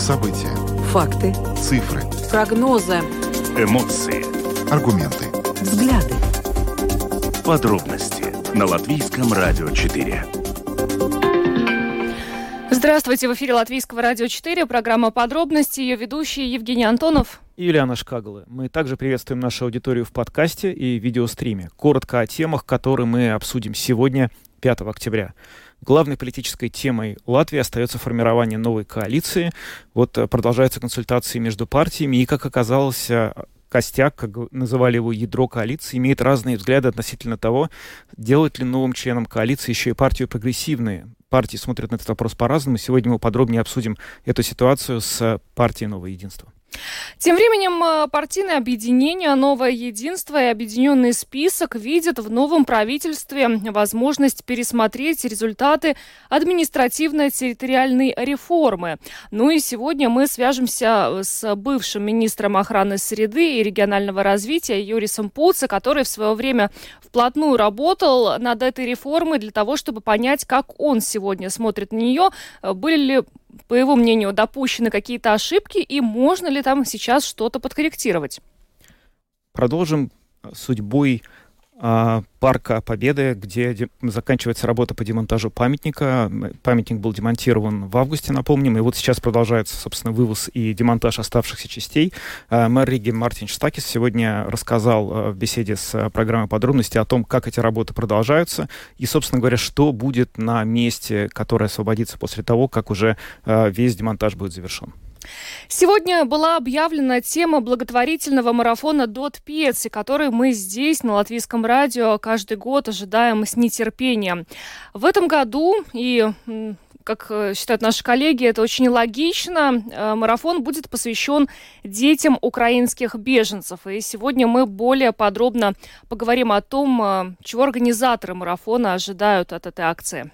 События. Факты. Цифры. Прогнозы. Эмоции. Аргументы. Взгляды. Подробности на Латвийском радио 4. Здравствуйте, в эфире Латвийского радио 4, программа «Подробности», ее ведущие Евгений Антонов и Юлиана Шкагала. Мы также приветствуем нашу аудиторию в подкасте и видеостриме. Коротко о темах, которые мы обсудим сегодня, 5 октября. Главной политической темой Латвии остается формирование новой коалиции. Вот продолжаются консультации между партиями, и, как оказалось, костяк, как называли его, ядро коалиции, имеет разные взгляды относительно того, делать ли новым членам коалиции еще и партию «Прогрессивные». Партии смотрят на этот вопрос по-разному. Сегодня мы подробнее обсудим эту ситуацию с партией «Новое единство». Тем временем партийное объединение «Новое единство» и объединенный список видят в новом правительстве возможность пересмотреть результаты административно-территориальной реформы. Ну и сегодня мы свяжемся с бывшим министром охраны среды и регионального развития Юрисом Пуце, который в свое время вплотную работал над этой реформой для того, чтобы понять, как он сегодня смотрит на нее, были ли, по его мнению, допущены какие-то ошибки и можно ли там сейчас что-то подкорректировать. Продолжим судьбой парка Победы, где заканчивается работа по демонтажу памятника. Памятник был демонтирован в августе, напомним, и вот сейчас продолжается, собственно, вывоз и демонтаж оставшихся частей. Мэр Риги Мартин Штакис сегодня рассказал в беседе с программой «Подробности» о том, как эти работы продолжаются и, собственно говоря, что будет на месте, которое освободится после того, как уже весь демонтаж будет завершен. Сегодня была объявлена тема благотворительного марафона «Дот Пьеци», который мы здесь, на Латвийском радио, каждый год ожидаем с нетерпением. В этом году, и, как считают наши коллеги, это очень логично, марафон будет посвящен детям украинских беженцев. И сегодня мы более подробно поговорим о том, чего организаторы марафона ожидают от этой акции.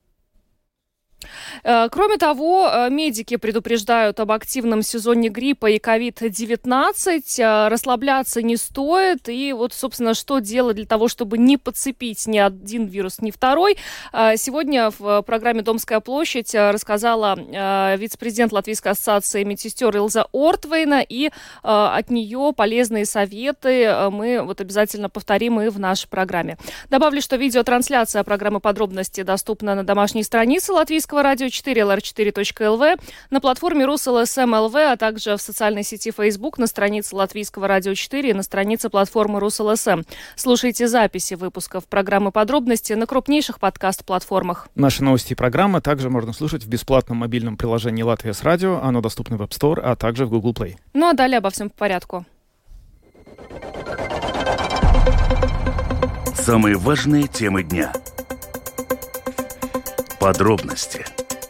Кроме того, медики предупреждают об активном сезоне гриппа и COVID-19. Расслабляться не стоит. И вот, собственно, что делать для того, чтобы не подцепить ни один вирус, ни второй. Сегодня в программе «Домская площадь» рассказала вице-президент Латвийской ассоциации медсестер Илза Ортвейна. И от нее полезные советы мы вот обязательно повторим и в нашей программе. Добавлю, что видеотрансляция программы «Подробности» доступна на домашней странице Латвийского радио 4, lr4.lv, на платформе RusLSM.lv, а также в социальной сети Facebook, на странице Латвийского радио 4 и на странице платформы RusLSM. Слушайте записи выпусков программы «Подробности» на крупнейших подкаст-платформах. Наши новости и программы также можно слушать в бесплатном мобильном приложении «Латвия с радио». Оно доступно в App Store, а также в Google Play. Ну а далее обо всем по порядку. Самые важные темы дня. Подробности.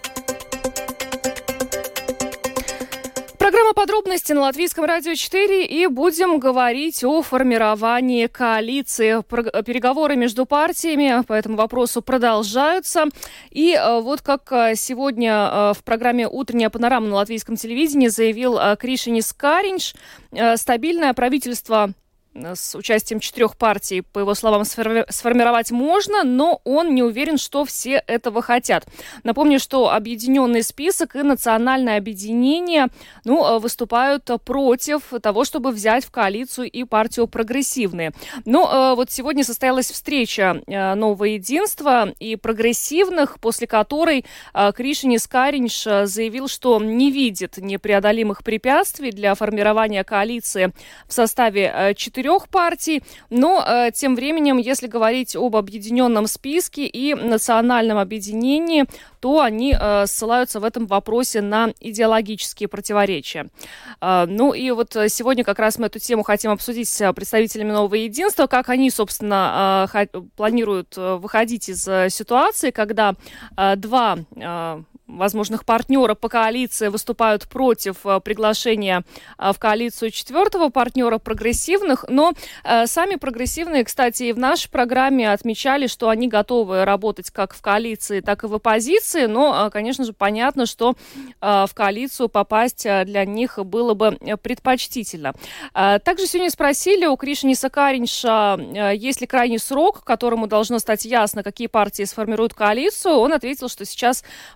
Программа «Подробности» на Латвийском радио 4, и будем говорить о формировании коалиции. Переговоры между партиями по этому вопросу продолжаются. И вот как сегодня в программе «Утренняя панорама» на латвийском телевидении заявил Кришинис Кариньш, стабильное правительство с участием 4 партий, по его словам, сформировать можно, но он не уверен, что все этого хотят. Напомню, что объединенный список и национальное объединение выступают против того, чтобы взять в коалицию и партию «Прогрессивные». Но вот сегодня состоялась встреча «Нового единства» и «Прогрессивных», после которой Кришинис Кариньш заявил, что не видит непреодолимых препятствий для формирования коалиции в составе 4 партий, но тем временем, если говорить об объединенном списке и национальном объединении, то они ссылаются в этом вопросе на идеологические противоречия. Ну и вот сегодня как раз мы эту тему хотим обсудить с представителями «Нового единства», как они, собственно, планируют выходить из ситуации, когда два возможных партнера по коалиции выступают против приглашения в коалицию 4-го партнера «Прогрессивных». Но сами «Прогрессивные», кстати, и в нашей программе отмечали, что они готовы работать как в коалиции, так и в оппозиции. Но, конечно же, понятно, что в коалицию попасть для них было бы предпочтительно. Также сегодня спросили у Кришиниса Кариньша, есть ли крайний срок, к которому должно стать ясно, какие партии сформируют коалицию. Он ответил, что сейчас партиям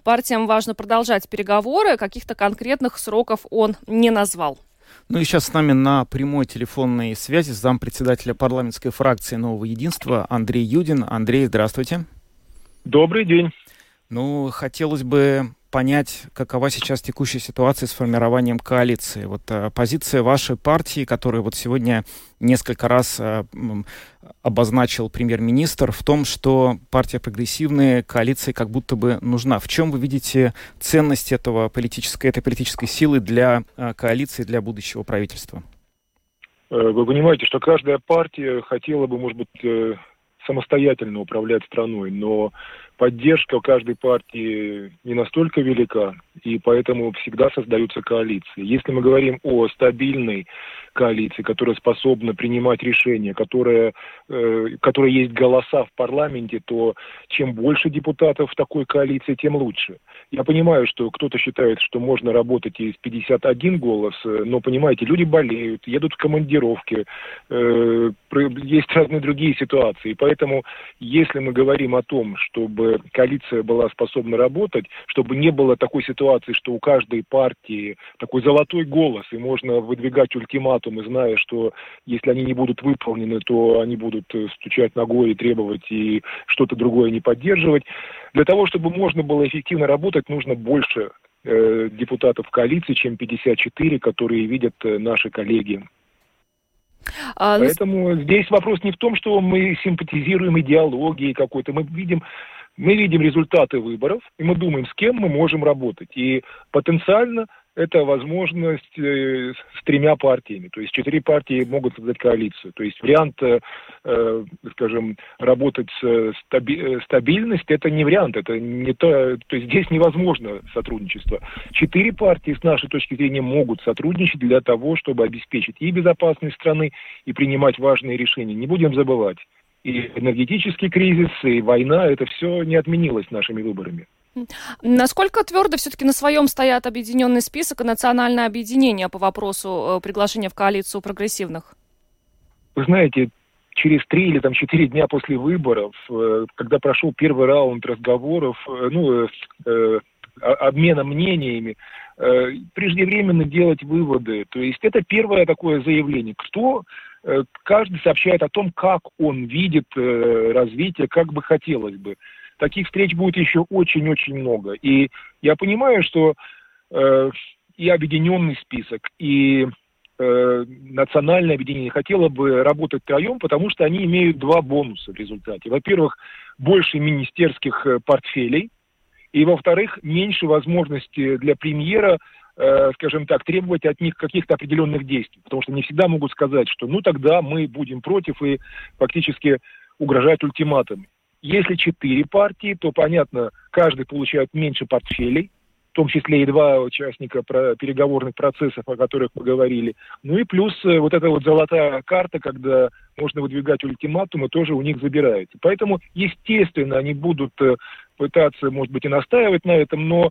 нам важно продолжать переговоры, каких-то конкретных сроков он не назвал. Ну и сейчас с нами на прямой телефонной связи зампредседателя парламентской фракции «Нового единства» Андрей Юдин. Андрей, здравствуйте. Добрый день. Ну, хотелось бы понять, какова сейчас текущая ситуация с формированием коалиции. Вот позиция вашей партии, которую вот сегодня несколько раз обозначил премьер-министр, в том, что партия «Прогрессивная» коалиции как будто бы нужна. В чем вы видите ценность этой политической силы для коалиции, для будущего правительства? Вы понимаете, что каждая партия хотела бы, может быть, самостоятельно управлять страной, но поддержка каждой партии не настолько велика, и поэтому всегда создаются коалиции. Если мы говорим о стабильной коалиции, которая способна принимать решения, которая есть голоса в парламенте, то чем больше депутатов в такой коалиции, тем лучше. Я понимаю, что кто-то считает, что можно работать и с 51 голос, но, понимаете, люди болеют, едут в командировки, есть разные другие ситуации. Поэтому, если мы говорим о том, чтобы коалиция была способна работать, чтобы не было такой ситуации, что у каждой партии такой золотой голос, и можно выдвигать ультиматумы, зная, что если они не будут выполнены, то они будут стучать ногой и требовать, и что-то другое не поддерживать. Для того, чтобы можно было эффективно работать, нужно больше депутатов коалиции, чем 54, которые видят наши коллеги. Поэтому здесь вопрос не в том, что мы симпатизируем идеологии какой-то. Мы видим результаты выборов, и мы думаем, с кем мы можем работать. И потенциально это возможность с 3 партиями. То есть 4 партии могут создать коалицию. То есть вариант, скажем, работать с стабильность, это не вариант. Это не то есть здесь невозможно сотрудничество. 4 партии, с нашей точки зрения, могут сотрудничать для того, чтобы обеспечить и безопасность страны, и принимать важные решения. Не будем забывать. И энергетический кризис, и война, это все не отменилось нашими выборами. Насколько твердо все-таки на своем стоят объединенный список и национальное объединение по вопросу приглашения в коалицию прогрессивных? Вы знаете, через 3 или 4 дня после выборов, когда прошел первый раунд разговоров, обмена мнениями, преждевременно делать выводы. То есть это первое такое заявление. Каждый сообщает о том, как он видит развитие, как бы хотелось бы. Таких встреч будет еще очень-очень много. И я понимаю, что и объединенный список, и национальное объединение хотело бы работать втроем, потому что они имеют 2 бонуса в результате. Во-первых, больше министерских портфелей, и, во-вторых, меньше возможностей для премьера, скажем так, требовать от них каких-то определенных действий. Потому что не всегда могут сказать, что тогда мы будем против и фактически угрожать ультиматумами. Если 4 партии, то, понятно, каждый получает меньше портфелей, в том числе и 2 участника переговорных процессов, о которых мы говорили. Ну и плюс вот эта вот золотая карта, когда можно выдвигать ультиматумы, тоже у них забирается. Поэтому, естественно, они будут пытаться, может быть, и настаивать на этом, но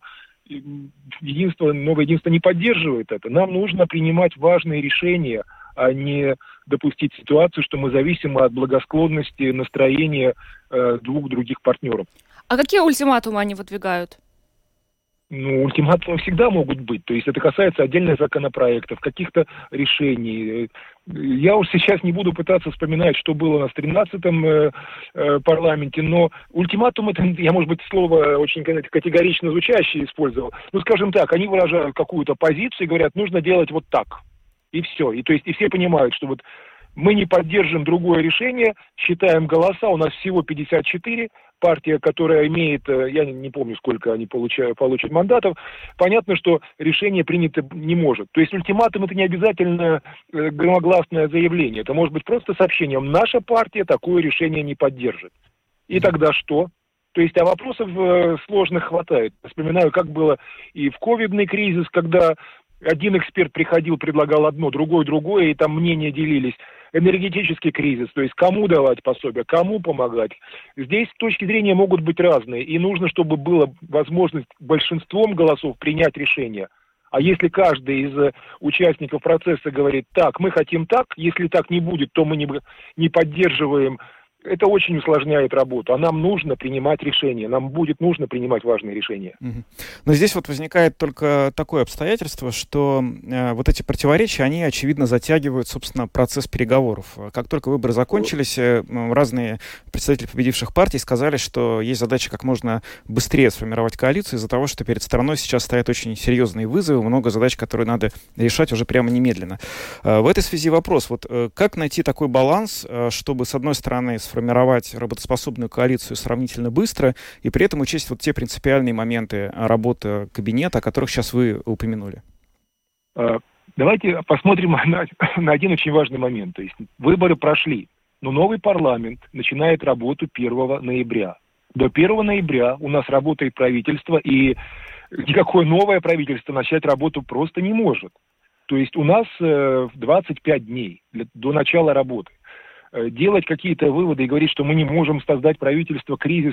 Новое единство не поддерживает это. Нам нужно принимать важные решения, а не допустить ситуацию, что мы зависим от благосклонности настроения 2 других партнеров. А какие ультиматумы они выдвигают? Ультиматумы всегда могут быть. То есть это касается отдельных законопроектов, каких-то решений. Я уж сейчас не буду пытаться вспоминать, что было у нас в 13-м парламенте, но ультиматум, это, я, может быть, слово очень категорично звучащее использовал. Скажем так, они выражают какую-то позицию и говорят, нужно делать вот так. И все. И все понимают, что вот мы не поддержим другое решение, считаем голоса, у нас всего 54, партия, которая имеет, я не помню, сколько они получат мандатов, понятно, что решение принято не может. То есть ультиматум – это не обязательно громогласное заявление, это может быть просто сообщением: наша партия такое решение не поддержит. И тогда что? То есть, вопросов сложных хватает. Вспоминаю, как было и в ковидный кризис, когда один эксперт приходил, предлагал одно, другой другое, и там мнения делились. Энергетический кризис, то есть кому давать пособие, кому помогать. Здесь точки зрения могут быть разные, и нужно, чтобы была возможность большинством голосов принять решение. А если каждый из участников процесса говорит: так, мы хотим так, если так не будет, то мы не поддерживаем это очень усложняет работу, а нам нужно принимать решения, нам будет нужно принимать важные решения. Но здесь вот возникает только такое обстоятельство, что вот эти противоречия, они, очевидно, затягивают, собственно, процесс переговоров. Как только выборы закончились, разные представители победивших партий сказали, что есть задача как можно быстрее сформировать коалицию из-за того, что перед страной сейчас стоят очень серьезные вызовы, много задач, которые надо решать уже прямо немедленно. В этой связи вопрос, вот как найти такой баланс, чтобы, с одной стороны, сформировать работоспособную коалицию сравнительно быстро и при этом учесть вот те принципиальные моменты работы кабинета, о которых сейчас вы упомянули? Давайте посмотрим на один очень важный момент. То есть выборы прошли, но новый парламент начинает работу 1 ноября. До 1 ноября у нас работает правительство, и никакое новое правительство начать работу просто не может. То есть у нас 25 дней до начала работы. Делать какие-то выводы и говорить, что мы не можем создать правительство, кризис,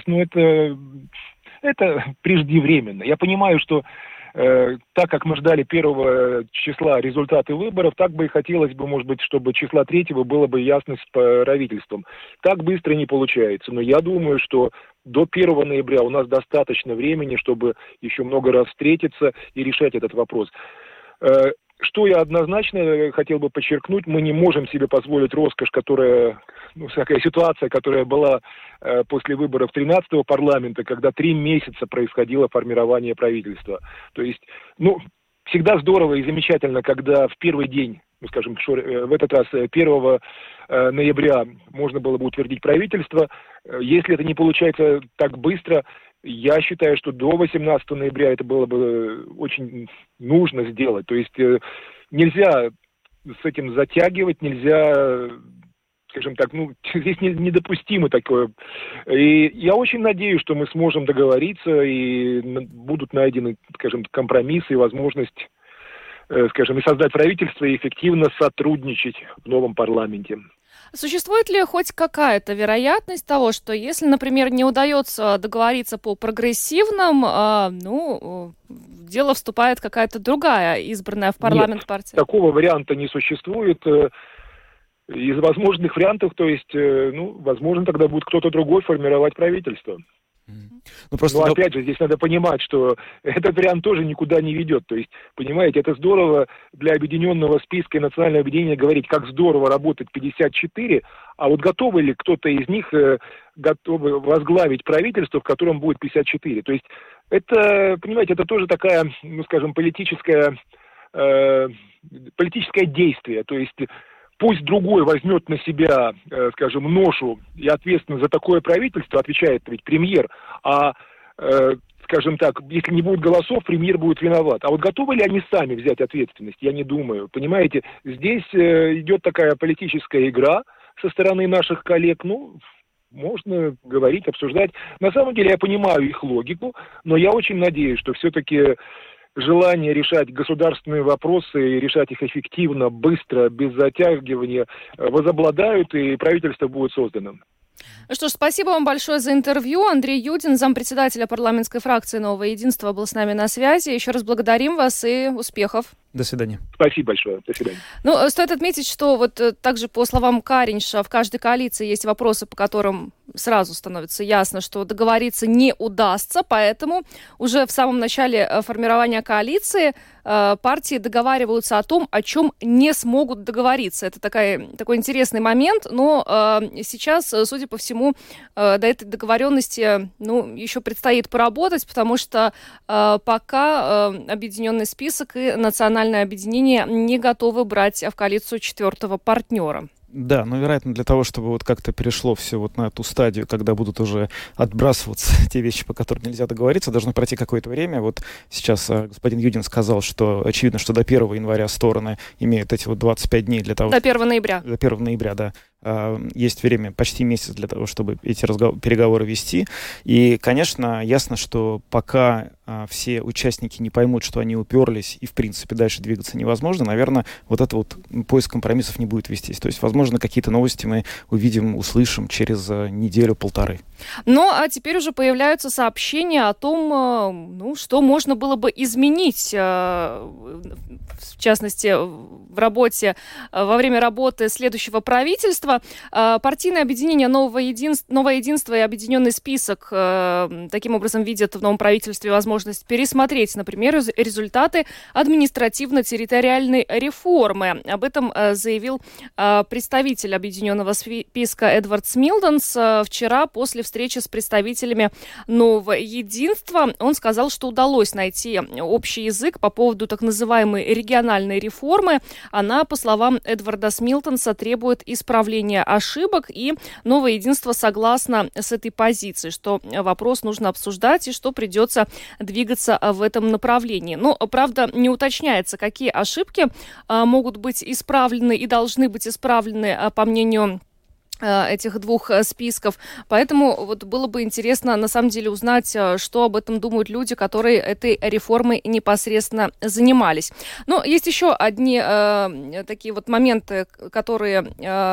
это преждевременно. Я понимаю, что так как мы ждали 1 числа результаты выборов, так бы и хотелось бы, может быть, чтобы числа 3 было бы ясность с правительством. Так быстро не получается. Но я думаю, что до 1 ноября у нас достаточно времени, чтобы еще много раз встретиться и решать этот вопрос. Что я однозначно хотел бы подчеркнуть, мы не можем себе позволить роскошь, всякая ситуация, которая была после выборов 13-го парламента, когда 3 месяца происходило формирование правительства. То есть, всегда здорово и замечательно, когда в первый день, в этот раз 1 ноября можно было бы утвердить правительство. Если это не получается так быстро, я считаю, что до 18 ноября это было бы очень нужно сделать. То есть нельзя с этим затягивать, нельзя, здесь недопустимо такое. И я очень надеюсь, что мы сможем договориться и будут найдены, компромиссы и возможность, и создать правительство и эффективно сотрудничать в новом парламенте. Существует ли хоть какая-то вероятность того, что если, например, не удается договориться по прогрессивным, в дело вступает какая-то другая избранная в парламент партия? Такого варианта не существует. Из возможных вариантов, возможно, тогда будет кто-то другой формировать правительство. Опять же, здесь надо понимать, что этот вариант тоже никуда не ведет. То есть, понимаете, это здорово для объединенного списка и национального объединения говорить, как здорово работать 54, а вот готовы ли кто-то из них готовы возглавить правительство, в котором будет 54. То есть, это, понимаете, это тоже такая, политическое действие. То есть, пусть другой возьмет на себя, ношу и ответственность за такое правительство, отвечает ведь премьер, а, если не будет голосов, премьер будет виноват. А вот готовы ли они сами взять ответственность? Я не думаю. Понимаете, здесь идет такая политическая игра со стороны наших коллег, можно говорить, обсуждать. На самом деле я понимаю их логику, но я очень надеюсь, что все-таки желание решать государственные вопросы и решать их эффективно, быстро, без затягивания возобладают, и правительство будет создано. Что ж, спасибо вам большое за интервью. Андрей Юдин, зампредседателя парламентской фракции «Новое единство», был с нами на связи. Еще раз благодарим вас и успехов. До свидания. Спасибо большое. До свидания. Стоит отметить, что также по словам Кариньша, в каждой коалиции есть вопросы, по которым сразу становится ясно, что договориться не удастся, поэтому уже в самом начале формирования коалиции партии договариваются о том, о чем не смогут договориться. Это такой интересный момент, но сейчас, судя по всему, до этой договоренности еще предстоит поработать, потому что пока объединенный список и национальное объединение не готовы брать в коалицию 4-го партнера. Да, вероятно, для того, чтобы как-то перешло все на эту стадию, когда будут уже отбрасываться те вещи, по которым нельзя договориться, должно пройти какое-то время. Сейчас господин Юдин сказал, что очевидно, что до 1 января стороны имеют эти 25 дней для того... До 1 ноября. До 1 ноября, да. Есть время, почти месяц для того, чтобы эти переговоры вести. И, конечно, ясно, что пока все участники не поймут, что они уперлись и, в принципе, дальше двигаться невозможно, наверное, поиск компромиссов не будет вестись. То есть, возможно, какие-то новости мы увидим, услышим через неделю-полторы. Ну, а теперь уже появляются сообщения о том, что можно было бы изменить, в частности, во время работы следующего правительства. Партийное объединение «Новое единство» и Объединенный список таким образом видят в новом правительстве возможность пересмотреть, например, результаты административно-территориальной реформы. Об этом заявил представитель Объединенного списка Эдвард Смилденс вчера после встречи с представителями Нового единства. Он сказал, что удалось найти общий язык по поводу так называемой региональной реформы. Она, по словам Эдварда Смилденса, требует исправления ошибок, и Новое единство согласно с этой позицией, что вопрос нужно обсуждать и что придется двигаться в этом направлении. Но, правда, не уточняется, какие ошибки могут быть исправлены и должны быть исправлены, по мнению этих двух списков. Поэтому вот было бы интересно на самом деле узнать, что об этом думают люди, которые этой реформой непосредственно занимались. Но есть еще одни такие вот моменты, которые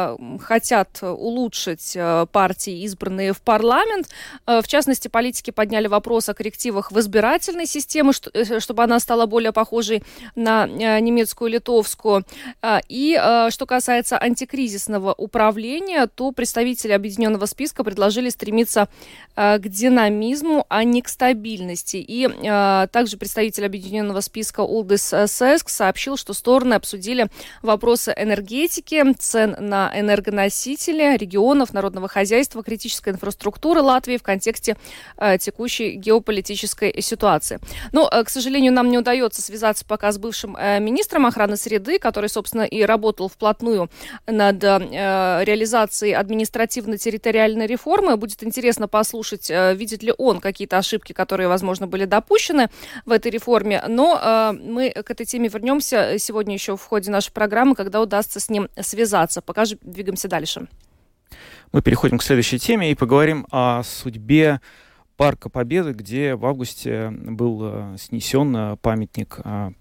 хотят улучшить партии, избранные в парламент. В частности, политики подняли вопрос о коррективах в избирательной системе, чтобы она стала более похожей на немецкую, литовскую. И что касается антикризисного управления, то представители Объединенного списка предложили стремиться к динамизму, а не к стабильности. И также представитель Объединенного списка Улдис Сэск сообщил, что стороны обсудили вопросы энергетики, цен на энергоносители, регионов, народного хозяйства, критической инфраструктуры Латвии в контексте текущей геополитической ситуации. Но, к сожалению, нам не удается связаться пока с бывшим министром охраны среды, который, собственно, и работал вплотную над реализацией административно-территориальной реформы. Будет интересно послушать, видит ли он какие-то ошибки, которые, возможно, были допущены в этой реформе. Но мы к этой теме вернемся сегодня еще в ходе нашей программы, когда удастся с ним связаться. Пока же двигаемся дальше. Мы переходим к следующей теме и поговорим о судьбе Парка Победы, где в августе был снесен памятник,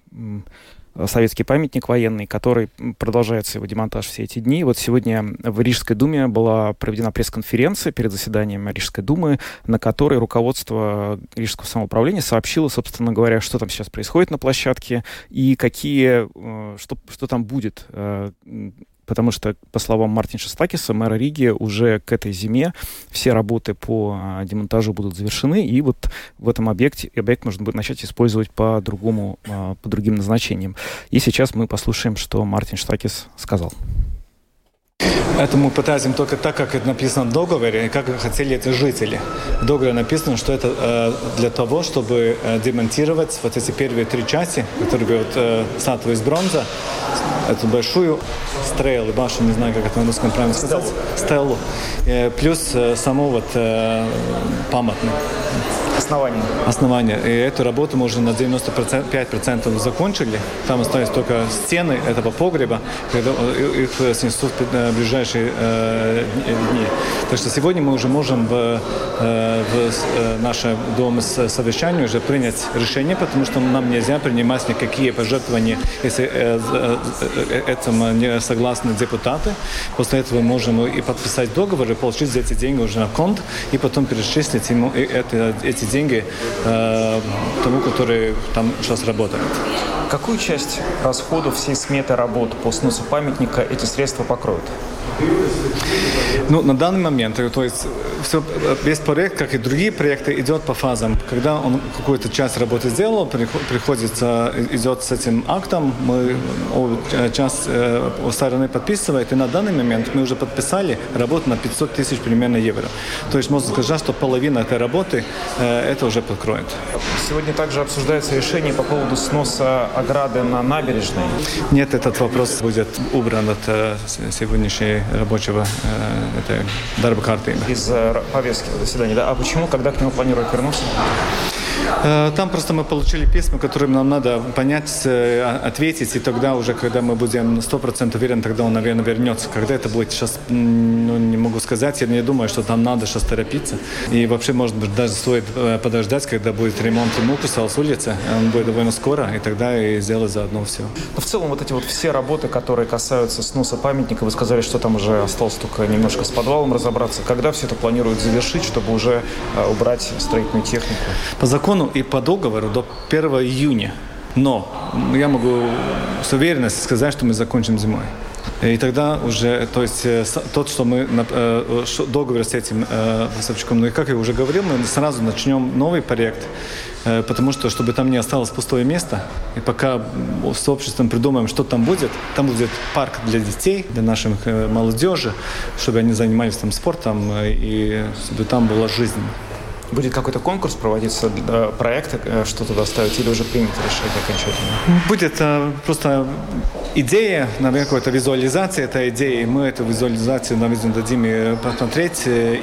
советский памятник военный, который продолжается его демонтаж все эти дни. Вот сегодня в Рижской думе была проведена пресс-конференция перед заседанием Рижской думы, на которой руководство Рижского самоуправления сообщило, собственно говоря, что там сейчас происходит на площадке и что там будет. Потому что, по словам Мартина Шестакиса, мэра Риги, уже к этой зиме все работы по демонтажу будут завершены, и вот в этом объект можно будет начать использовать по другим назначениям. И сейчас мы послушаем, что Мартин Шестакис сказал. Это мы пытаемся только так, как это написано в договоре, и как хотели это жители. В договоре написано, что это для того, чтобы демонтировать вот эти первые 3 части, которые статуя из бронзы, эту большую стрелу, башню, не знаю, как это на русском правильно сказать, стелу, плюс само памятник. Основание. И эту работу мы уже на 95% закончили. Там остались только стены этого погреба, когда их снесут в ближайшие дни. Так что сегодня мы уже можем в нашем доме совещании уже принять решение, потому что нам нельзя принимать никакие пожертвования, если этим не согласны депутаты. После этого мы можем и подписать договор, и получить эти деньги уже на конт, и потом перечислить ему эти деньги тому, который там сейчас работает. Какую часть расходов всей сметы работ по сносу памятника эти средства покроют? На данный момент, то есть весь проект, как и другие проекты, идет по фазам. Когда он какую-то часть работы сделал, идет с этим актом, часть стороны подписывает, и на данный момент мы уже подписали работу на 500 тысяч примерно евро. То есть можно сказать, что половина этой работы это уже покроет. Сегодня также обсуждается решение по поводу сноса ограды на набережной. Нет, этот вопрос будет убран от сегодняшней рабочего дарба карты. Из повестки заседания, да? А почему, когда к нему планируют вернуться? Там просто мы получили письма, которым нам надо понять, ответить, и тогда уже, когда мы будем 100% уверены, тогда он, наверное, вернется. Когда это будет, сейчас не могу сказать. Я не думаю, что там надо сейчас торопиться. И вообще, может быть, даже стоит подождать, когда будет ремонт Мукуса с улицы. Он будет довольно скоро, и тогда и сделать заодно все. Но в целом вот эти вот все работы, которые касаются сноса памятника, вы сказали, что там уже осталось только немножко с подвалом разобраться. Когда все это планируют завершить, чтобы уже убрать строительную технику? По закону и по договору до 1 июня. Но я могу с уверенностью сказать, что мы закончим зимой. И тогда уже, то есть тот, что мы договор с этим поставщиком, ну и как я уже говорил, мы сразу начнем новый проект, потому что, чтобы там не осталось пустое место, и пока с обществом придумаем, что там будет парк для детей, для наших молодежи, чтобы они занимались там спортом, и чтобы там была жизнь. Будет какой-то конкурс проводиться для проекта, что туда ставить, или уже принято решение окончательно? Будет просто идея, наверное, какая-то визуализация этой идеи. Мы эту визуализацию, наверное, дадим и посмотреть.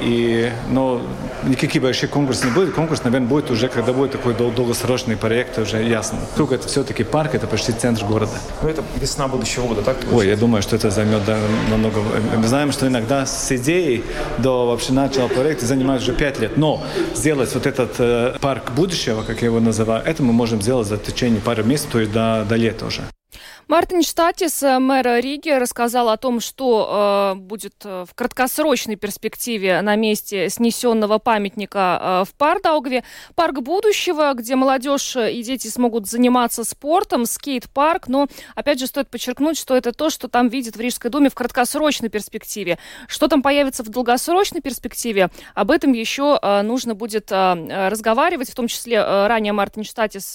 Но никакие большие конкурсы не будет. Конкурс, наверное, будет уже, когда будет такой долгосрочный проект, уже ясно. Вдруг это все-таки парк, это почти центр города. Ну, это весна будущего года, так? Ой, я думаю, что это займет намного. Мы знаем, что иногда с идеей до вообще начала проекта занимает уже 5 лет. Но сделать вот этот парк будущего, как я его называю, это мы можем сделать за течение пары месяцев, то есть до лета уже. Мартин Штатис, мэр Риги, рассказал о том, что будет в краткосрочной перспективе на месте снесенного памятника в Пардаугве. Парк будущего, где молодежь и дети смогут заниматься спортом, скейт-парк. Но, опять же, стоит подчеркнуть, что это то, что там видят в Рижской думе в краткосрочной перспективе. Что там появится в долгосрочной перспективе, об этом еще нужно будет разговаривать. В том числе ранее Мартин Штатис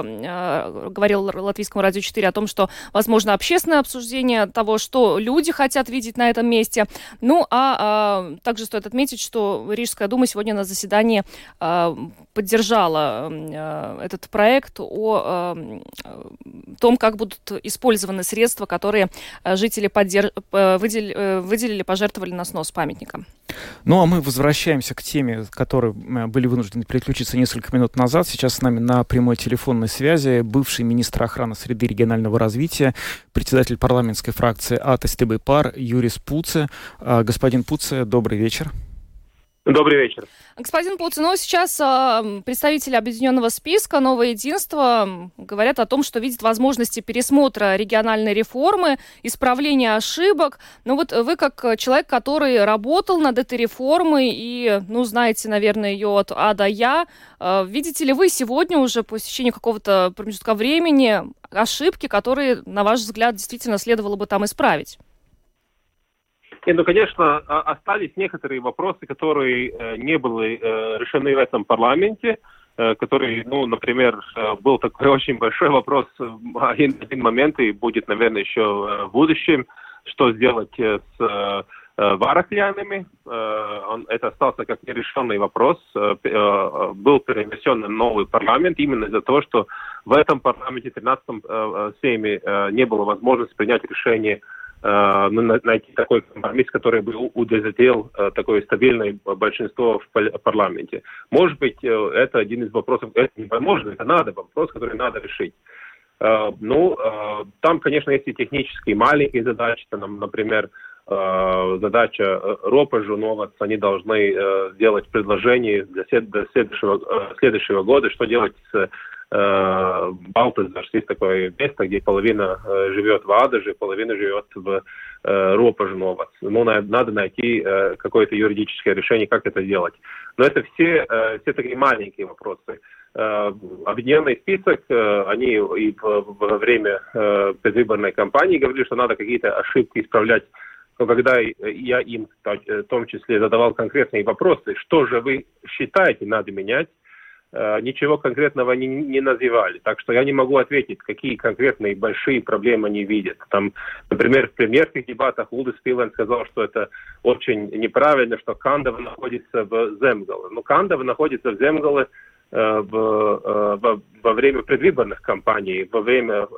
говорил Латвийскому радио 4 о том, что возможно общественное обсуждение того, что люди хотят видеть на этом месте. Ну, также стоит отметить, что Рижская дума сегодня на заседании поддержала этот проект о том, как будут использованы средства, которые жители выделили, пожертвовали на снос памятника. Ну, а мы возвращаемся к теме, к которой были вынуждены переключиться несколько минут назад. Сейчас с нами на прямой телефонной связи бывший министр охраны среды и регионального развития, председатель парламентской фракции АТСТБ ПАР Юрис Пуце. Господин Пуце, добрый вечер. Добрый вечер. Господин Пуце, сейчас представители объединенного списка «Новое единство» говорят о том, что видят возможности пересмотра региональной реформы, исправления ошибок. Но вот вы, как человек, который работал над этой реформой и, знаете, наверное, ее от А до Я, видите ли вы сегодня уже по истечении какого-то промежутка времени ошибки, которые, на ваш взгляд, действительно следовало бы там исправить? Конечно, остались некоторые вопросы, которые не были решены в этом парламенте, который, например, был такой очень большой вопрос один момент и будет, наверное, еще в будущем, что сделать с варахлянами. Это остался как нерешенный вопрос. Был перенесен на новый парламент именно из-за того, что в этом парламенте, 13-м сейме, не было возможности принять решение найти такой компромисс, который бы удовлетворил такое стабильное большинство в парламенте. Может быть, это один из вопросов, это невозможно, это надо, вопрос, который надо решить. Там, конечно, есть и технические маленькие задачи, например, задача ропажу новац, они должны сделать предложение для следующего года, что делать с Балтазарс, есть такое место, где половина живет в Адаже, половина живет в ропажу новац. Надо найти какое-то юридическое решение, как это делать. Но это все такие маленькие вопросы. Объединенный список, они и во время предвыборной кампании говорили, что надо какие-то ошибки исправлять. Но когда я им в том числе задавал конкретные вопросы, что же вы считаете надо менять, ничего конкретного не называли. Так что я не могу ответить, какие конкретные большие проблемы они видят. Там, например, в премьерских дебатах Улдис Пилен сказал, что это очень неправильно, что Кандава находится в Земгале. Но Кандава находится в Земгале во время предвыборных кампаний, во время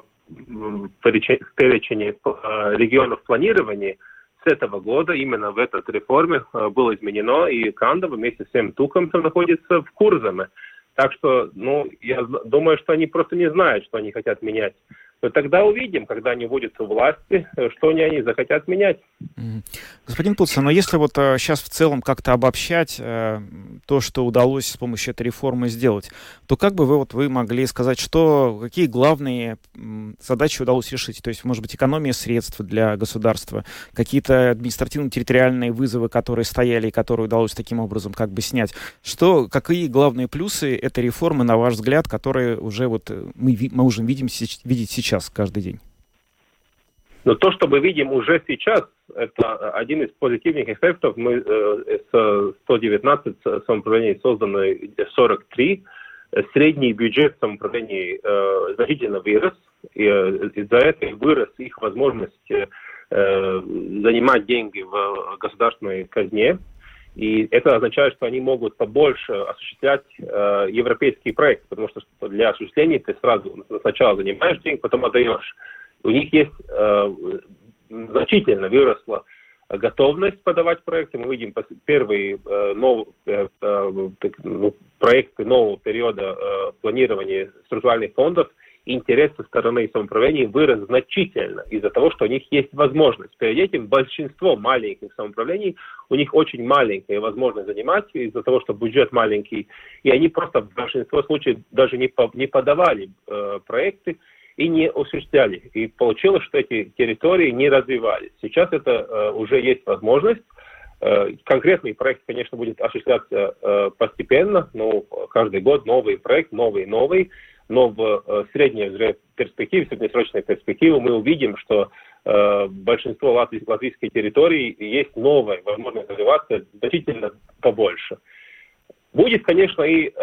перечня регионов планирования. С этого года именно в этой реформе было изменено, и Кандава вместе с всем Тукомцем находится в Курзаме. Так что, я думаю, что они просто не знают, что они хотят менять. Но тогда увидим, когда они будут у власти, что они захотят менять. Господин Пуца, но если вот сейчас в целом как-то обобщать то, что удалось с помощью этой реформы сделать, то как бы вы могли сказать, какие главные задачи удалось решить? То есть, может быть, экономия средств для государства, какие-то административно-территориальные вызовы, которые стояли и которые удалось таким образом как бы снять. Какие главные плюсы этой реформы, на ваш взгляд, которые уже мы можем видеть сейчас каждый день? Но то, что мы видим уже сейчас, это один из позитивных эффектов. Мы с 119 самоуправлений созданы 43. Средний бюджет самоуправлений значительно вырос. И из-за этого вырос их возможность занимать деньги в государственной казне. И это означает, что они могут побольше осуществлять европейские проекты, потому что для осуществления ты сначала занимаешь деньги, потом отдаешь. У них есть значительно выросла готовность подавать проекты. Мы видим первые проекты нового периода планирования структуральных фондов. Интерес со стороны самоуправлений вырос значительно из-за того, что у них есть возможность. Перед этим большинство маленьких самоуправлений, у них очень маленькая возможность занимать из-за того, что бюджет маленький, и они просто в большинстве случаев даже не подавали проекты и не осуществляли. И получилось, что эти территории не развивались. Сейчас это уже есть возможность. Конкретный проект, конечно, будет осуществляться постепенно, но каждый год новый проект, новый. Но в средней перспективе, среднесрочной перспективе мы увидим, что большинство латвийской территории есть новая возможность развиваться значительно побольше. Будет, конечно, и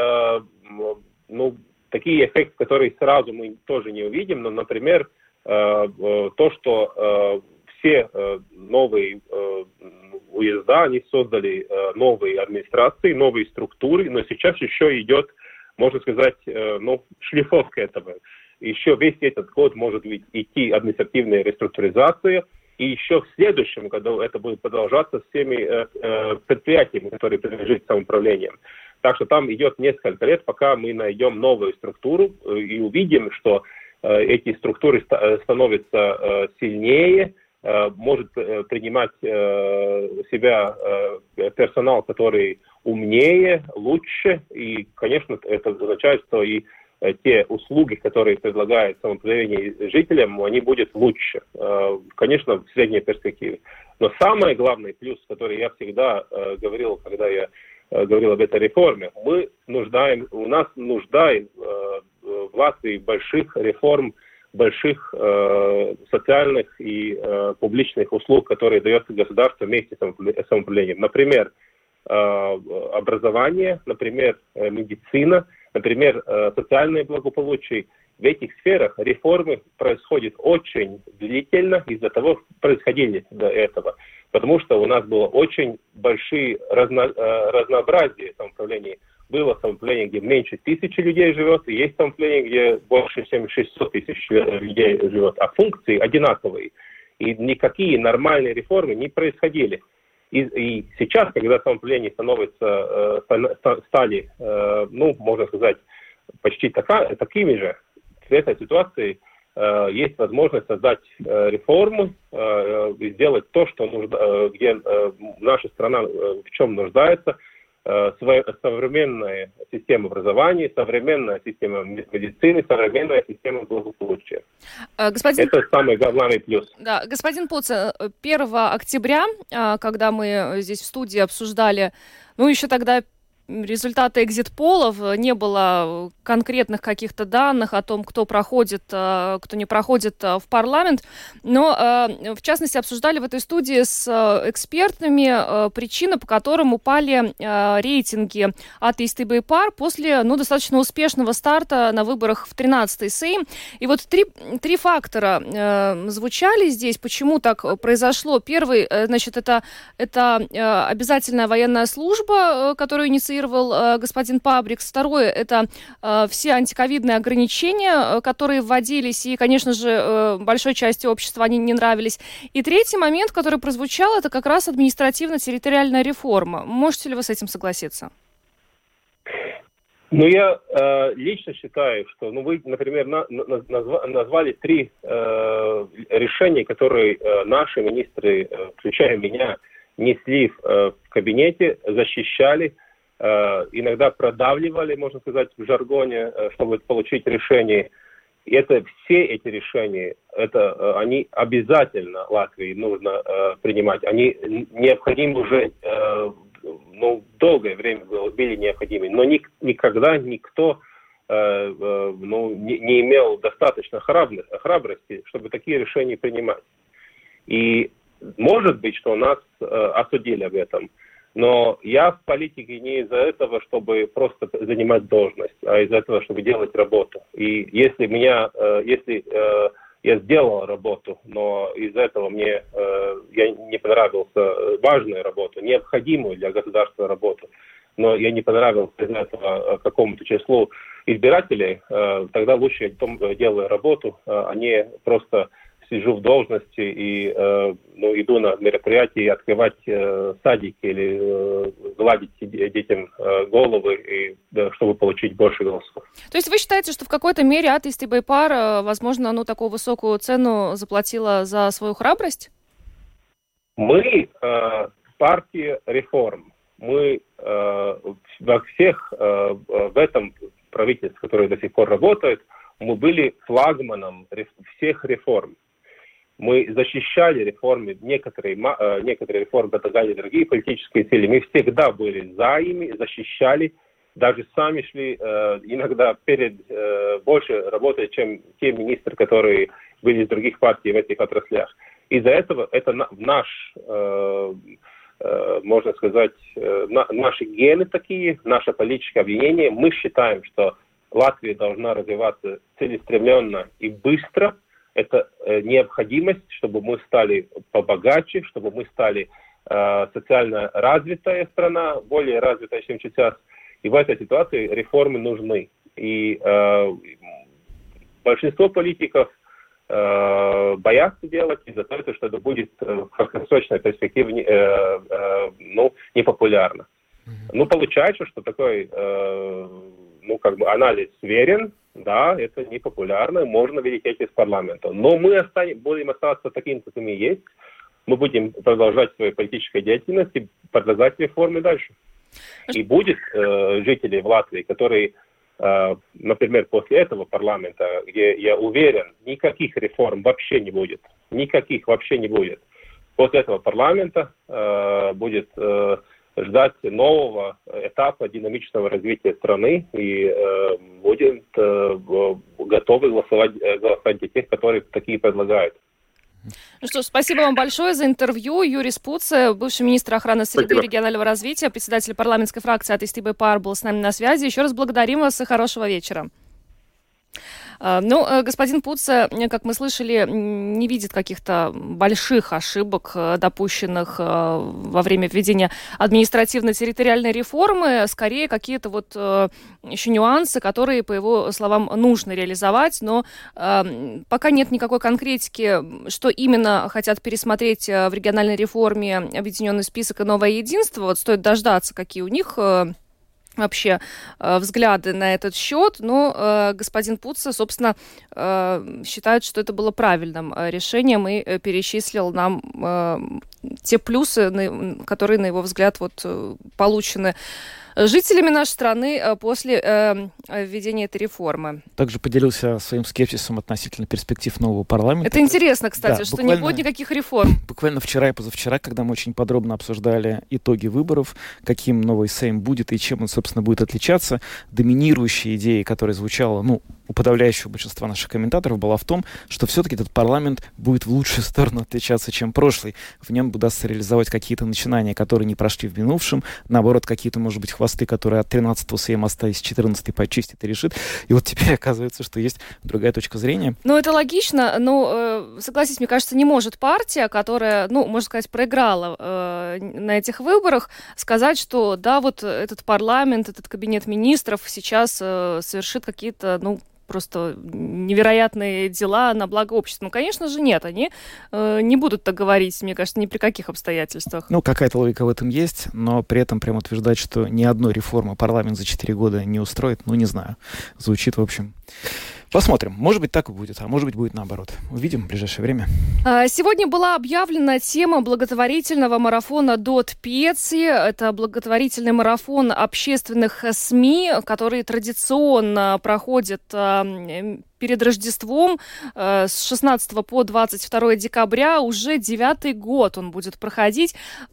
такие эффекты, которые сразу мы тоже не увидим, но, например, то, что все новые уезда, они создали новые администрации, новые структуры, но сейчас еще идет, можно сказать, шлифовка этого. Еще весь этот год может идти административная реструктуризация, и еще в следующем году это будет продолжаться с теми предприятиями, которые принадлежат самоуправлениям. Так что там идет несколько лет, пока мы найдем новую структуру и увидим, что эти структуры становятся сильнее, может принимать себя персонал, который умнее, лучше, и, конечно, это означает, что и те услуги, которые предлагает самоуправление жителям, они будут лучше, конечно, в средней перспективе. Но самый главный плюс, который я всегда говорил, когда я говорил об этой реформе, у нас нужда в Латвии больших реформ, больших социальных и публичных услуг, которые дает государство вместе с самоуправлением. Например, образование, например, медицина, например, социальное благополучие. В этих сферах реформы происходят очень длительно из-за того, что происходили до этого. Потому что у нас было очень большие разнообразие самоуправлений. Было самоуправление, где меньше 1000 людей живет, и есть самоуправление, где больше, чем 600 тысяч людей живет. А функции одинаковые. И никакие нормальные реформы не происходили. И сейчас, когда самоуправления стали, можно сказать, почти такими же, в этой ситуации есть возможность создать реформу и сделать то, что где наша страна в чем нуждается. Современная система образования, современная система медицины, современная система благополучия. Это самый главный плюс. Да, господин Пуца, 1 октября, когда мы здесь в студии обсуждали, еще тогда результаты экзит-полов, не было конкретных каких-то данных о том, кто проходит, кто не проходит в парламент, но, в частности, обсуждали в этой студии с экспертами причины, по которым упали рейтинги от ИСТБ ПАР после, достаточно успешного старта на выборах в 13-й Сейм. И вот три фактора звучали здесь, почему так произошло. Первый, значит, это обязательная военная служба, которую инициировал господин Пабрикс. Второе, это все антиковидные ограничения, которые вводились, и, конечно же, большой части общества они не нравились. И третий момент, который прозвучал, это как раз административно-территориальная реформа. Можете ли вы с этим согласиться? Ну, я лично считаю, что, вы, например, назвали 3 решения, которые наши министры, включая меня, несли в кабинете, защищали, иногда продавливали, можно сказать, в жаргоне, чтобы получить решение. И все эти решения, они обязательно Латвии нужно принимать. Они необходимы уже, долгое время были необходимы. Но никогда никто не имел достаточно храбрости, чтобы такие решения принимать. И может быть, что нас осудили об этом. Но я в политике не из-за этого, чтобы просто занимать должность, а из-за этого, чтобы делать работу. И если я сделал работу, но из-за этого я не понравился важную работу, необходимую для государства работу, но я не понравился из-за этого какому-то числу избирателей, тогда лучше я делаю работу, а не просто сижу в должности и иду на мероприятия и открывать садики или гладить детям головы, чтобы получить больше голосов. То есть вы считаете, что в какой-то мере Attīstībai, возможно, такую высокую цену заплатила за свою храбрость? Мы партия реформ. Мы во всех в этом правительстве, которое до сих пор работает, мы были флагманом всех реформ. Мы защищали реформы, некоторые реформы предлагали другие политические силы. Мы всегда были за ими, защищали, даже сами шли иногда больше работали, чем те министры, которые были из других партий в этих отраслях. Из-за этого это можно сказать, наши гены такие, наше политическое объединение. Мы считаем, что Латвия должна развиваться целеустремленно и быстро. Это необходимость, чтобы мы стали побогаче, чтобы мы стали социально развитая страна, более развитая, чем сейчас. И в этой ситуации реформы нужны. И большинство политиков боятся делать из-за того, что это будет в краткосрочной перспективе непопулярно. Получается, что такой анализ верен. Да, это непопулярно, можно видеть из парламента. Но мы будем остаться такими, какими есть. Мы будем продолжать свою политическую деятельность и продолжать реформы дальше. И будет жители в Латвии, которые, например, после этого парламента, где, я уверен, никаких реформ вообще не будет. После этого парламента будет ждать нового этапа динамичного развития страны и будем готовы голосовать за тех, которые такие предлагают. Ну что ж, спасибо вам большое за интервью. Юрий Спуце, бывший министр охраны среды и регионального развития, председатель парламентской фракции Attīstībai был с нами на связи. Еще раз благодарим вас и хорошего вечера. Господин Пуце, как мы слышали, не видит каких-то больших ошибок, допущенных во время введения административно-территориальной реформы. Скорее, какие-то еще нюансы, которые, по его словам, нужно реализовать. Но пока нет никакой конкретики, что именно хотят пересмотреть в региональной реформе объединенный список и новое единство. Стоит дождаться, какие у них вообще взгляды на этот счет, но господин Пуце, собственно, считает, что это было правильным решением и перечислил нам те плюсы, которые, на его взгляд, получены жителями нашей страны после введения этой реформы. Также поделился своим скепсисом относительно перспектив нового парламента. Это интересно, кстати, что не будет никаких реформ. Буквально вчера и позавчера, когда мы очень подробно обсуждали итоги выборов, каким новый Сейм будет и чем он, собственно, будет отличаться, доминирующей идеей, которая звучала, у подавляющего большинства наших комментаторов, была в том, что все-таки этот парламент будет в лучшую сторону отличаться, чем прошлый. В нем удастся реализовать какие-то начинания, которые не прошли в минувшем, наоборот, какие-то, может быть, хвосты, которые от 13-го Сейма остались, 14-й почистит и решит. И теперь оказывается, что есть другая точка зрения. Это логично, согласитесь, мне кажется, не может партия, которая, можно сказать, проиграла на этих выборах, сказать, что да, этот парламент, этот кабинет министров сейчас совершит какие-то, просто невероятные дела на благо общества. Ну, конечно же, нет. Они не будут так говорить, мне кажется, ни при каких обстоятельствах. Ну, какая-то логика в этом есть, но при этом прямо утверждать, что ни одной реформы парламент за 4 года не устроит, ну, не знаю. Звучит, в общем... Посмотрим. Может быть, так и будет, а может быть, будет наоборот. Увидим в ближайшее время. Сегодня была объявлена тема благотворительного марафона «Дот Пеци». Это благотворительный марафон общественных СМИ, который традиционно проходит перед Рождеством с 16 по 22 декабря. Уже 9-й год он будет проходить.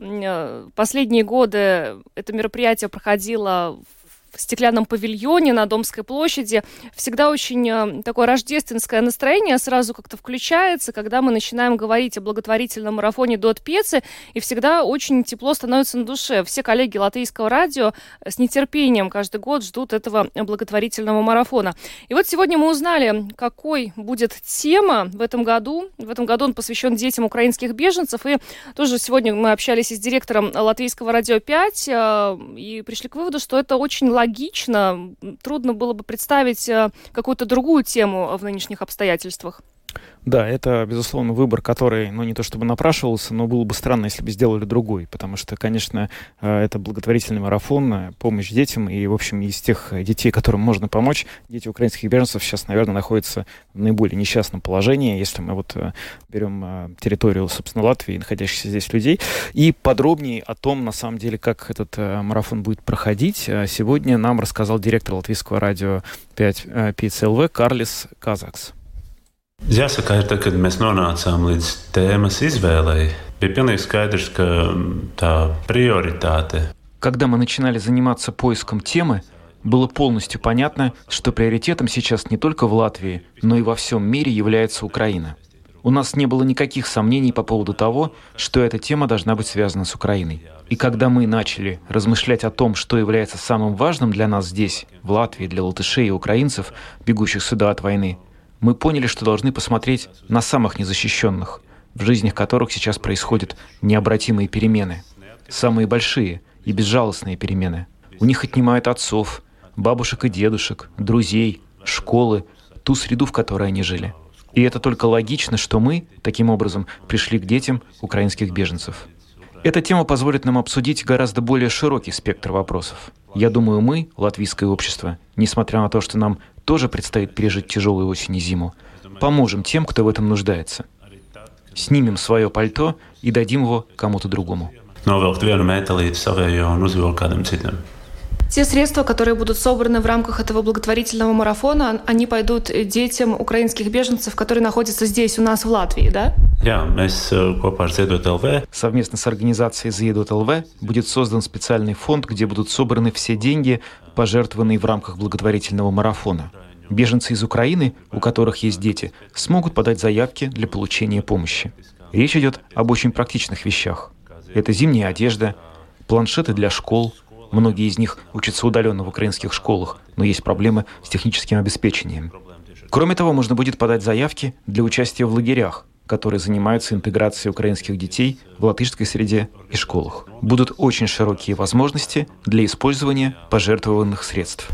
Последние годы это мероприятие проходило в стеклянном павильоне на Домской площади. Всегда очень такое рождественское настроение сразу как-то включается, когда мы начинаем говорить о благотворительном марафоне «Дот Пеци», и всегда очень тепло становится на душе. Все коллеги Латвийского радио с нетерпением каждый год ждут этого благотворительного марафона. И вот сегодня мы узнали, какой будет тема в этом году. В этом году он посвящен детям украинских беженцев, и тоже сегодня мы общались с директором Латвийского радио 5 и пришли к выводу, что это очень логично. Трудно было бы представить какую-то другую тему в нынешних обстоятельствах. Да, это, безусловно, выбор, который, ну, не то чтобы напрашивался, но было бы странно, если бы сделали другой, потому что, конечно, это благотворительный марафон, помощь детям, и, в общем, из тех детей, которым можно помочь, дети украинских беженцев сейчас, наверное, находятся в наиболее несчастном положении, если мы вот берем территорию, собственно, Латвии, находящихся здесь людей, и подробнее о том, на самом деле, как этот марафон будет проходить, сегодня нам рассказал директор Латвийского радио 5 ПЦЛВ Карлис Казакс. Jāsaka, ir tā, kad mēs nonācām līdz tēmas izvēlei, bija pilnīgi skaidrs, ka tā prioritāte. Когда мы начинали заниматься поиском темы, было полностью понятно, что приоритетом сейчас не только в Латвии, но и во всем мире является Украина. У нас не было никаких сомнений по поводу того, что эта тема должна быть связана с Украиной. И когда мы начали размышлять о том, что является самым важным для нас здесь, в Латвии, для латышей и украинцев, бегущих сюда от войны, мы поняли, что должны посмотреть на самых незащищенных, в жизнях которых сейчас происходят необратимые перемены. Самые большие и безжалостные перемены. У них отнимают отцов, бабушек и дедушек, друзей, школы, ту среду, в которой они жили. И это только логично, что мы, таким образом, пришли к детям украинских беженцев. Эта тема позволит нам обсудить гораздо более широкий спектр вопросов. Я думаю, мы, латвийское общество, несмотря на то, что нам тоже предстоит пережить тяжелую осень и зиму, поможем тем, кто в этом нуждается. Снимем свое пальто и дадим его кому-то другому. Те средства, которые будут собраны в рамках этого благотворительного марафона, они пойдут детям украинских беженцев, которые находятся здесь, у нас в Латвии, да? Совместно с организацией Ziedot LV будет создан специальный фонд, где будут собраны все деньги, пожертвованные в рамках благотворительного марафона. Беженцы из Украины, у которых есть дети, смогут подать заявки для получения помощи. Речь идет об очень практичных вещах. Это зимняя одежда, планшеты для школ. Многие из них учатся удаленно в украинских школах, но есть проблемы с техническим обеспечением. Кроме того, можно будет подать заявки для участия в лагерях, которые занимаются интеграцией украинских детей в латышской среде и школах. Будут очень широкие возможности для использования пожертвованных средств.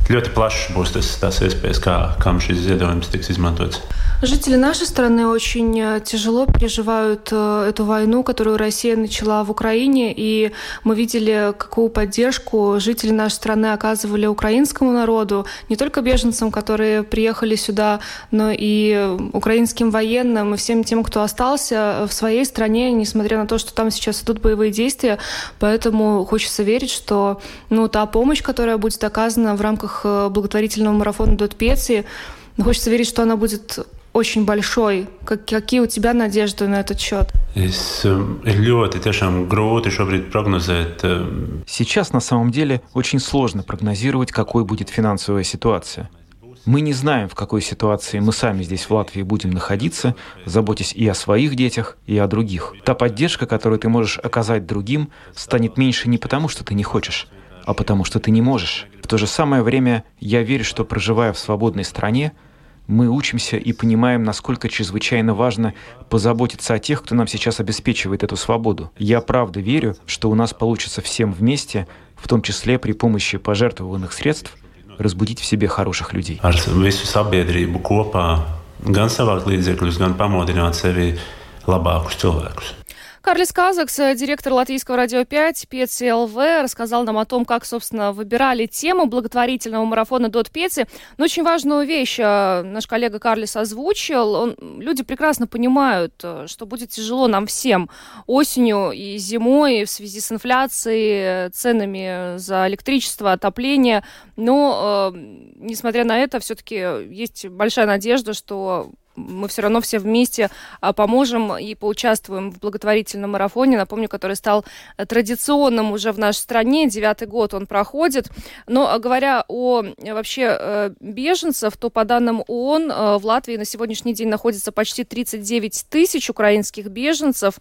Жители нашей страны очень тяжело переживают эту войну, которую Россия начала в Украине, и мы видели, какую поддержку жители нашей страны оказывали украинскому народу, не только беженцам, которые приехали сюда, но и украинским военным, и всем тем, кто остался в своей стране, несмотря на то, что там сейчас идут боевые действия. Поэтому хочется верить, что та помощь, которая будет оказана в рамках благотворительного марафона «Дот Пеци», хочется верить, что она будет очень большой. Какие у тебя надежды на этот счет? Сейчас на самом деле очень сложно прогнозировать, какой будет финансовая ситуация. Мы не знаем, в какой ситуации мы сами здесь в Латвии будем находиться, заботясь и о своих детях, и о других. Та поддержка, которую ты можешь оказать другим, станет меньше не потому, что ты не хочешь, а потому, что ты не можешь. В то же самое время я верю, что, проживая в свободной стране, мы учимся и понимаем, насколько чрезвычайно важно позаботиться о тех, кто нам сейчас обеспечивает эту свободу. Я правда верю, что у нас получится всем вместе, в том числе при помощи пожертвованных средств, разбудить в себе хороших людей. Ar visu sabiedrību kopā gan savākt līdzekļus, gan pamodināt sevi labākus cilvēkus. Карлис Казакс, директор Латвийского радио 5, Пеци ЛВ, рассказал нам о том, как, собственно, выбирали тему благотворительного марафона Дот Пеци. Но очень важную вещь наш коллега Карлис озвучил. Люди прекрасно понимают, что будет тяжело нам всем осенью и зимой в связи с инфляцией, ценами за электричество, отопление. Но, несмотря на это, все-таки есть большая надежда, что мы все равно все вместе поможем и поучаствуем в благотворительном марафоне, напомню, который стал традиционным уже в нашей стране, 9-й год он проходит. Но говоря о вообще беженцев, то по данным ООН в Латвии на сегодняшний день находится почти 39 тысяч украинских беженцев,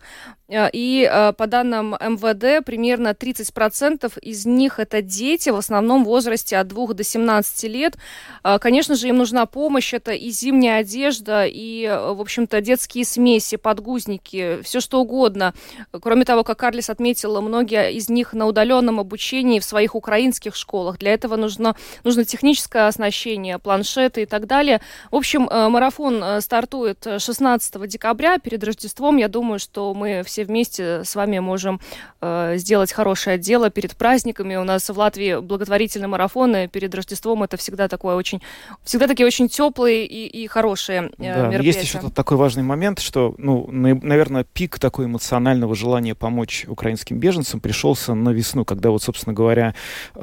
и по данным МВД примерно 30% из них это дети, в основном в возрасте от 2 до 17 лет. Конечно же, им нужна помощь, это и зимняя одежда, и, в общем-то, детские смеси, подгузники, все что угодно. Кроме того, как Карлис отметил, многие из них на удаленном обучении в своих украинских школах. Для этого нужно техническое оснащение, планшеты и так далее. В общем, марафон стартует 16 декабря перед Рождеством. Я думаю, что мы все вместе с вами можем сделать хорошее дело перед праздниками. У нас в Латвии благотворительные марафоны перед Рождеством. Это всегда такие очень теплые и хорошие мероприятия. Есть еще такой важный момент, что, наверное, пик такой эмоционального желания помочь украинским беженцам пришелся на весну, когда вот, собственно говоря,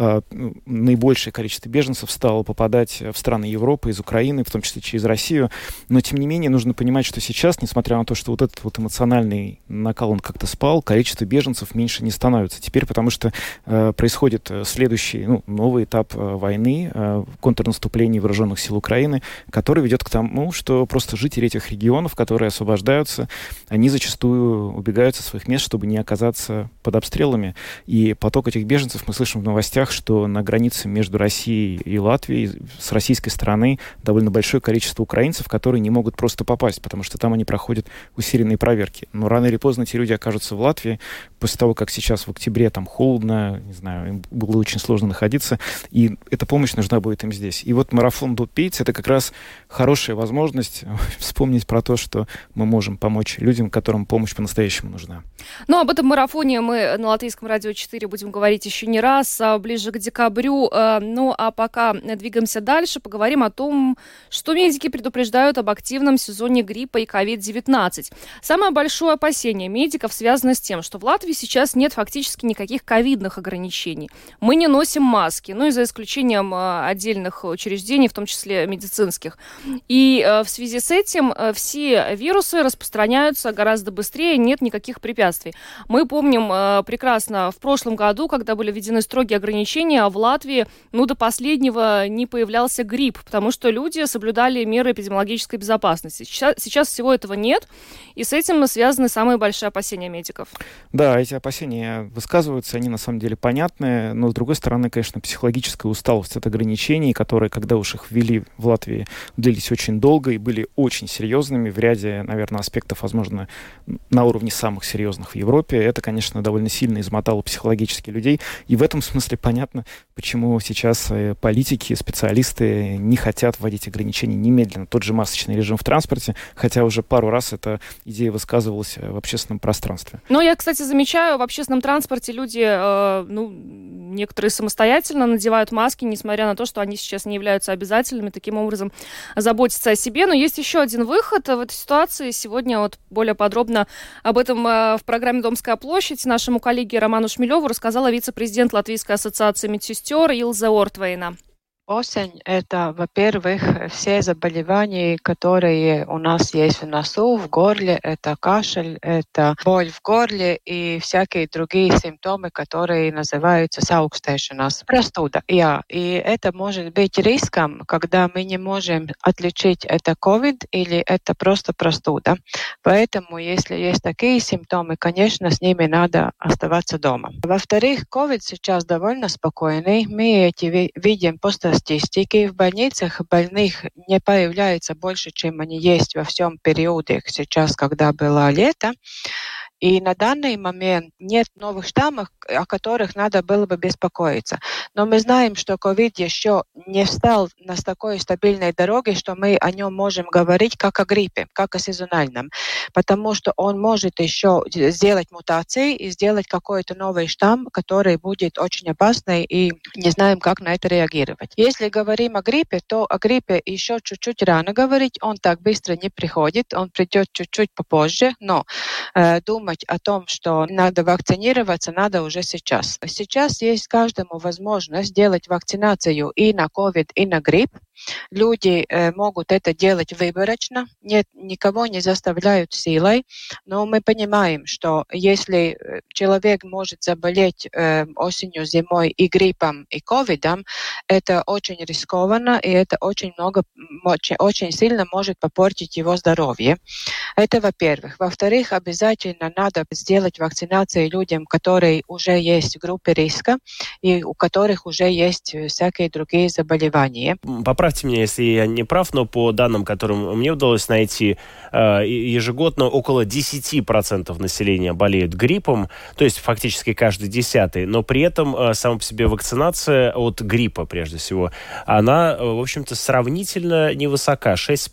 наибольшее количество беженцев стало попадать в страны Европы из Украины, в том числе через Россию. Но, тем не менее, нужно понимать, что сейчас, несмотря на то, что вот этот вот эмоциональный накал, он как-то спал, количество беженцев меньше не становится. Теперь, потому что происходит следующий, новый этап войны, контрнаступления вооруженных сил Украины, который ведет к тому, что просто жители этих регионов, которые освобождаются, они зачастую убегают со своих мест, чтобы не оказаться под обстрелами. И поток этих беженцев, мы слышим в новостях, что на границе между Россией и Латвией с российской стороны довольно большое количество украинцев, которые не могут просто попасть, потому что там они проходят усиленные проверки. Но рано или поздно эти люди окажутся в Латвии, после того, как сейчас в октябре там холодно, не знаю, им было очень сложно находиться, и эта помощь нужна будет им здесь. И вот марафон Дот Пеци — это как раз хорошая возможность вспомнить про то, что мы можем помочь людям, которым помощь по-настоящему нужна. Ну, об этом марафоне мы на Латвийском радио 4 будем говорить еще не раз, ближе к декабрю. Ну, а пока двигаемся дальше, поговорим о том, что медики предупреждают об активном сезоне гриппа и COVID-19. Самое большое опасение медиков связано с тем, что в Латвии сейчас нет фактически никаких ковидных ограничений. Мы не носим маски, и за исключением отдельных учреждений, в том числе медицинских. И в связи с этим все вирусы распространяются гораздо быстрее, нет никаких препятствий. Мы помним прекрасно в прошлом году, когда были введены строгие ограничения, в Латвии до последнего не появлялся грипп, потому что люди соблюдали меры эпидемиологической безопасности. Сейчас всего этого нет, и с этим связаны самые большие опасения медиков. Да, эти опасения высказываются, они на самом деле понятны, но с другой стороны, конечно, психологическая усталость от ограничений, которые, когда уж их ввели в Латвии, длились очень долго и были очень серьезными в ряде, наверное, аспектов, возможно, на уровне самых серьезных в Европе. Это, конечно, довольно сильно измотало психологически людей. И в этом смысле понятно, почему сейчас политики, специалисты не хотят вводить ограничения немедленно. Тот же масочный режим в транспорте, хотя уже пару раз эта идея высказывалась в общественном пространстве. Но я, кстати, замечаю, в общественном транспорте люди, некоторые самостоятельно надевают маски, несмотря на то, что они сейчас не являются обязательными, таким образом заботятся о себе. Но есть еще один выход в этой ситуации. Сегодня более подробно об этом в программе «Домская площадь» нашему коллеге Роману Шмелеву рассказала вице-президент Латвийской ассоциации медсестер Илза Ортвейна. Осень – это, во-первых, все заболевания, которые у нас есть в носу, в горле. Это кашель, это боль в горле и всякие другие симптомы, которые называются саукстēšanās, простуда. И это может быть риском, когда мы не можем отличить, это COVID или это просто простуда. Поэтому, если есть такие симптомы, конечно, с ними надо оставаться дома. Во-вторых, COVID сейчас довольно спокойный. Мы видим по статистике, в больницах больных не появляется больше, чем они есть во всем периоде сейчас, когда было лето. И на данный момент нет новых штаммов, о которых надо было бы беспокоиться. Но мы знаем, что COVID еще не встал на такой стабильной дороге, что мы о нем можем говорить как о гриппе, как о сезональном. Потому что он может еще сделать мутации и сделать какой-то новый штамм, который будет очень опасный, и не знаем, как на это реагировать. Если говорим о гриппе, то о гриппе еще чуть-чуть рано говорить. Он так быстро не приходит, он придет чуть-чуть попозже, но думать о том, что надо вакцинироваться, надо уже сейчас. Сейчас есть каждому возможность делать вакцинацию и на COVID, и на грипп. Люди могут это делать выборочно, никого не заставляют силой, но мы понимаем, что если человек может заболеть осенью, зимой и гриппом, и ковидом, это очень рискованно, и это очень сильно может попортить его здоровье. Это во-первых. Во-вторых, обязательно надо сделать вакцинацию людям, которые уже есть в группе риска и у которых уже есть всякие другие заболевания. Поправьте меня, если я не прав, но по данным, которым мне удалось найти, ежегодно около 10% населения болеют гриппом, то есть фактически каждый 10-й, но при этом сама по себе вакцинация от гриппа, прежде всего, она, в общем-то, сравнительно невысока,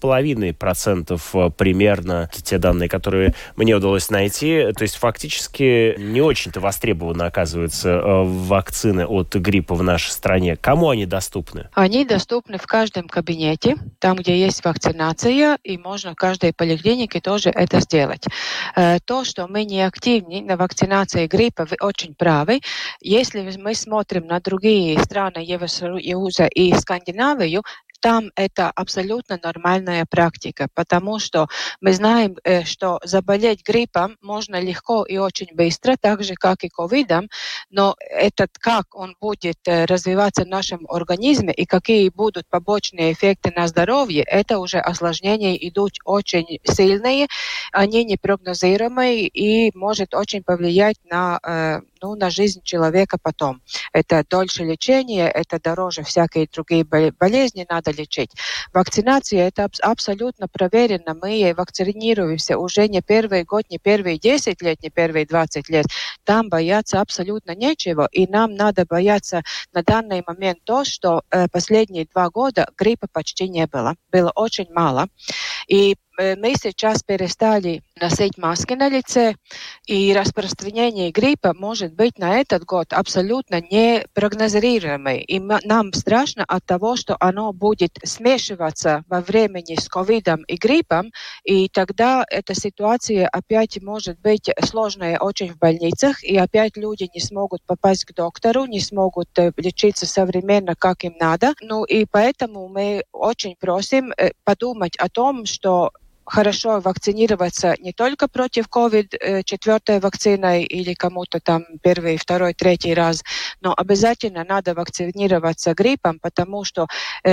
6,5% примерно, те данные, которые мне удалось найти, то есть фактически не очень-то востребованы, оказывается, вакцины от гриппа в нашей стране. Кому они доступны? Они доступны в каждом кабинете, там, где есть вакцинация, и можно в каждой поликлинике тоже это сделать. То, что мы не активны на вакцинации гриппа, вы очень правы. Если мы смотрим на другие страны Евросоюза и Скандинавию, там это абсолютно нормальная практика, потому что мы знаем, что заболеть гриппом можно легко и очень быстро, так же, как и ковидом, но как он будет развиваться в нашем организме и какие будут побочные эффекты на здоровье, это уже осложнения идут очень сильные, они непрогнозируемые и может очень повлиять на жизнь человека потом. Это дольше лечения, это дороже всякие другие болезни надо лечить. Вакцинация это абсолютно проверено. Мы вакцинируемся уже не первый год, не первые 10 лет, не первые 20 лет. Там бояться абсолютно нечего. И нам надо бояться на данный момент то, что последние 2 года гриппа почти не было. Было очень мало. И мы сейчас перестали носить маски на лице, и распространение гриппа может быть на этот год абсолютно непрогнозируемое. И нам страшно от того, что оно будет смешиваться во времени с ковидом и гриппом, и тогда эта ситуация опять может быть сложная очень в больницах, и опять люди не смогут попасть к доктору, не смогут лечиться современно, как им надо. И поэтому мы очень просим подумать о том, что хорошо вакцинироваться не только против COVID 4 вакциной или кому-то там 1, 2, 3 раз, но обязательно надо вакцинироваться гриппом, потому что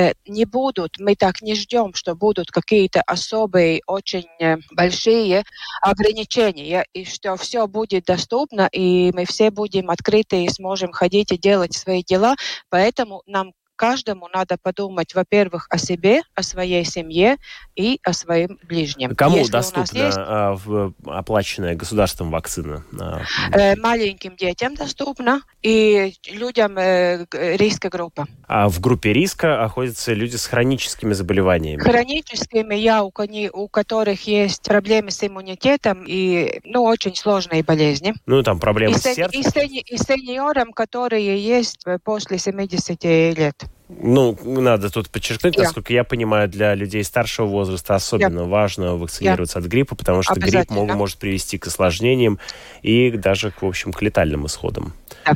мы так не ждем, что будут какие-то особые, очень большие ограничения, и что все будет доступно, и мы все будем открыты и сможем ходить и делать свои дела, поэтому нам каждому надо подумать, во-первых, о себе, о своей семье и о своим ближним. Кому если доступна оплаченная государством вакцина? Маленьким детям доступна и людям риска группы. А в группе риска находятся люди с хроническими заболеваниями? Хроническими, у которых есть проблемы с иммунитетом и очень сложные болезни. Там проблемы с сердцем? И сеньорам, которые есть после 70 лет. Надо тут подчеркнуть, насколько я понимаю, для людей старшего возраста особенно важно вакцинироваться от гриппа, потому что грипп может привести к осложнениям и даже, к летальным исходам. Да.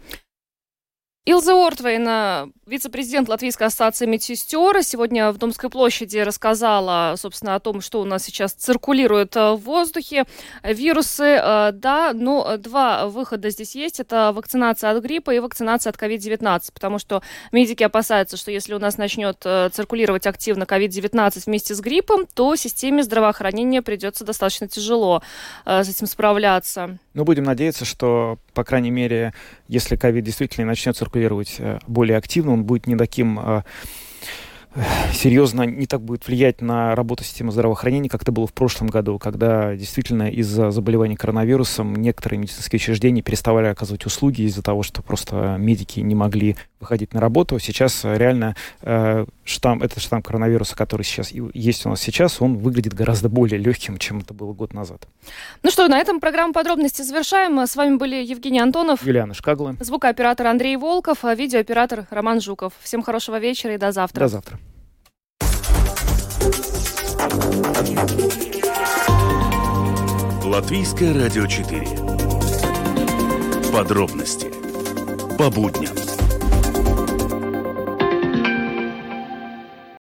Илза Ортвейн, вице-президент Латвийской ассоциации медсестер, сегодня в Домской площади рассказала, собственно, о том, что у нас сейчас циркулирует в воздухе. Вирусы, но 2 выхода здесь есть. Это вакцинация от гриппа и вакцинация от COVID-19, потому что медики опасаются, что если у нас начнет циркулировать активно COVID-19 вместе с гриппом, то системе здравоохранения придется достаточно тяжело с этим справляться. Будем надеяться, что, по крайней мере, если COVID действительно начнет циркулировать более активно, он будет не таким серьезно не так будет влиять на работу системы здравоохранения, как это было в прошлом году, когда действительно из-за заболевания коронавирусом некоторые медицинские учреждения переставали оказывать услуги из-за того, что просто медики не могли выходить на работу. Сейчас реально этот штамм коронавируса, который сейчас есть у нас сейчас, он выглядит гораздо более легким, чем это было год назад. Ну что, на этом программу «Подробности» завершаем. С вами были Евгений Антонов, Юлиана Шкагла, звукооператор Андрей Волков, видеооператор Роман Жуков. Всем хорошего вечера и до завтра. До завтра. Латвийское радио 4. Подробности по будням.